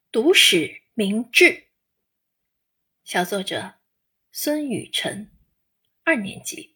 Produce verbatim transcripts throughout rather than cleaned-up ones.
读史明智，小作者孙雨晨，二年级。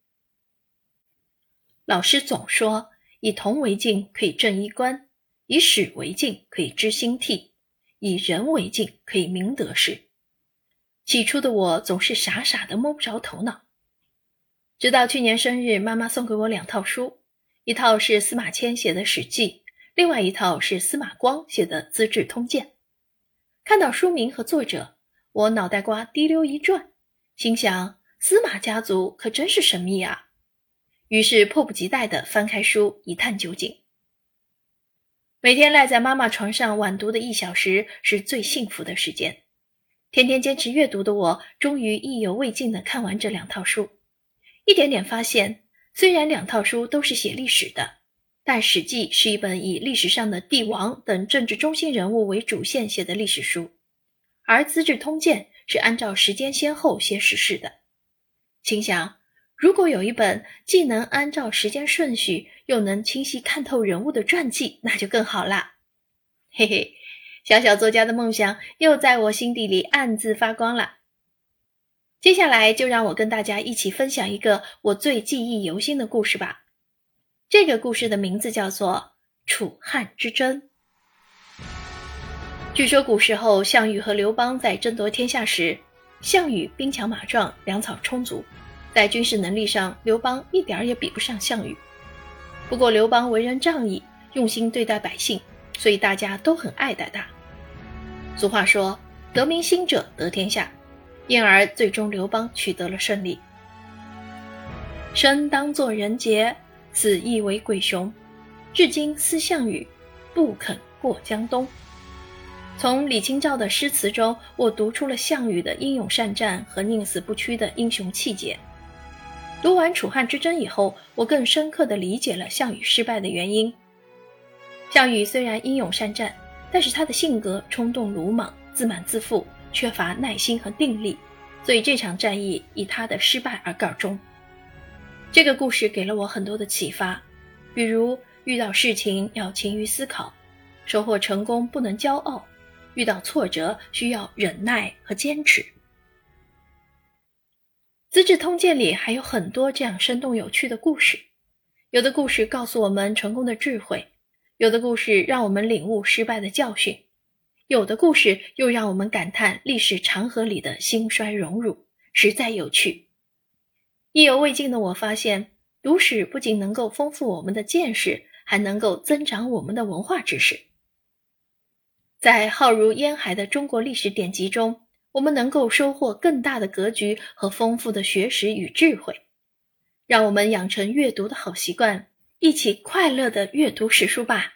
老师总说，以铜为镜可以正衣冠，以史为镜可以知兴替，以人为镜可以明得失。起初的我总是傻傻的摸不着头脑，直到去年生日，妈妈送给我两套书，一套是司马迁写的《史记》，另外一套是司马光写的《资治通鉴》。看到书名和作者，我脑袋瓜滴溜一转，心想司马家族可真是神秘啊，于是迫不及待地翻开书一探究竟。每天赖在妈妈床上晚读的一小时是最幸福的时间，天天坚持阅读的我终于意犹未尽地看完这两套书，一点点发现，虽然两套书都是写历史的，但《史记》是一本以历史上的帝王等政治中心人物为主线写的历史书，而《资治通鉴》是按照时间先后写史事的。心想，如果有一本既能按照时间顺序，又能清晰看透人物的传记，那就更好啦。嘿嘿，小小作家的梦想又在我心底里暗自发光了。接下来就让我跟大家一起分享一个我最记忆犹新的故事吧。这个故事的名字叫做楚汉之争。据说古时候项羽和刘邦在争夺天下时，项羽兵强马壮，粮草充足，在军事能力上刘邦一点也比不上项羽。不过刘邦为人仗义，用心对待百姓，所以大家都很爱戴他。俗话说，得民心者得天下，因而最终刘邦取得了胜利。生当作人杰，死亦为鬼雄，至今思项羽，不肯过江东。从李清照的诗词中，我读出了项羽的英勇善战和宁死不屈的英雄气节。读完楚汉之争以后，我更深刻地理解了项羽失败的原因。项羽虽然英勇善战，但是他的性格冲动鲁莽，自满自负，缺乏耐心和定力，所以这场战役以他的失败而告终。这个故事给了我很多的启发，比如遇到事情要勤于思考，收获成功不能骄傲，遇到挫折需要忍耐和坚持。资治通鉴里还有很多这样生动有趣的故事，有的故事告诉我们成功的智慧，有的故事让我们领悟失败的教训，有的故事又让我们感叹历史长河里的兴衰荣辱，实在有趣。意犹未尽的我发现，读史不仅能够丰富我们的见识，还能够增长我们的文化知识。在浩如烟海的中国历史典籍中，我们能够收获更大的格局和丰富的学识与智慧。让我们养成阅读的好习惯，一起快乐地阅读史书吧。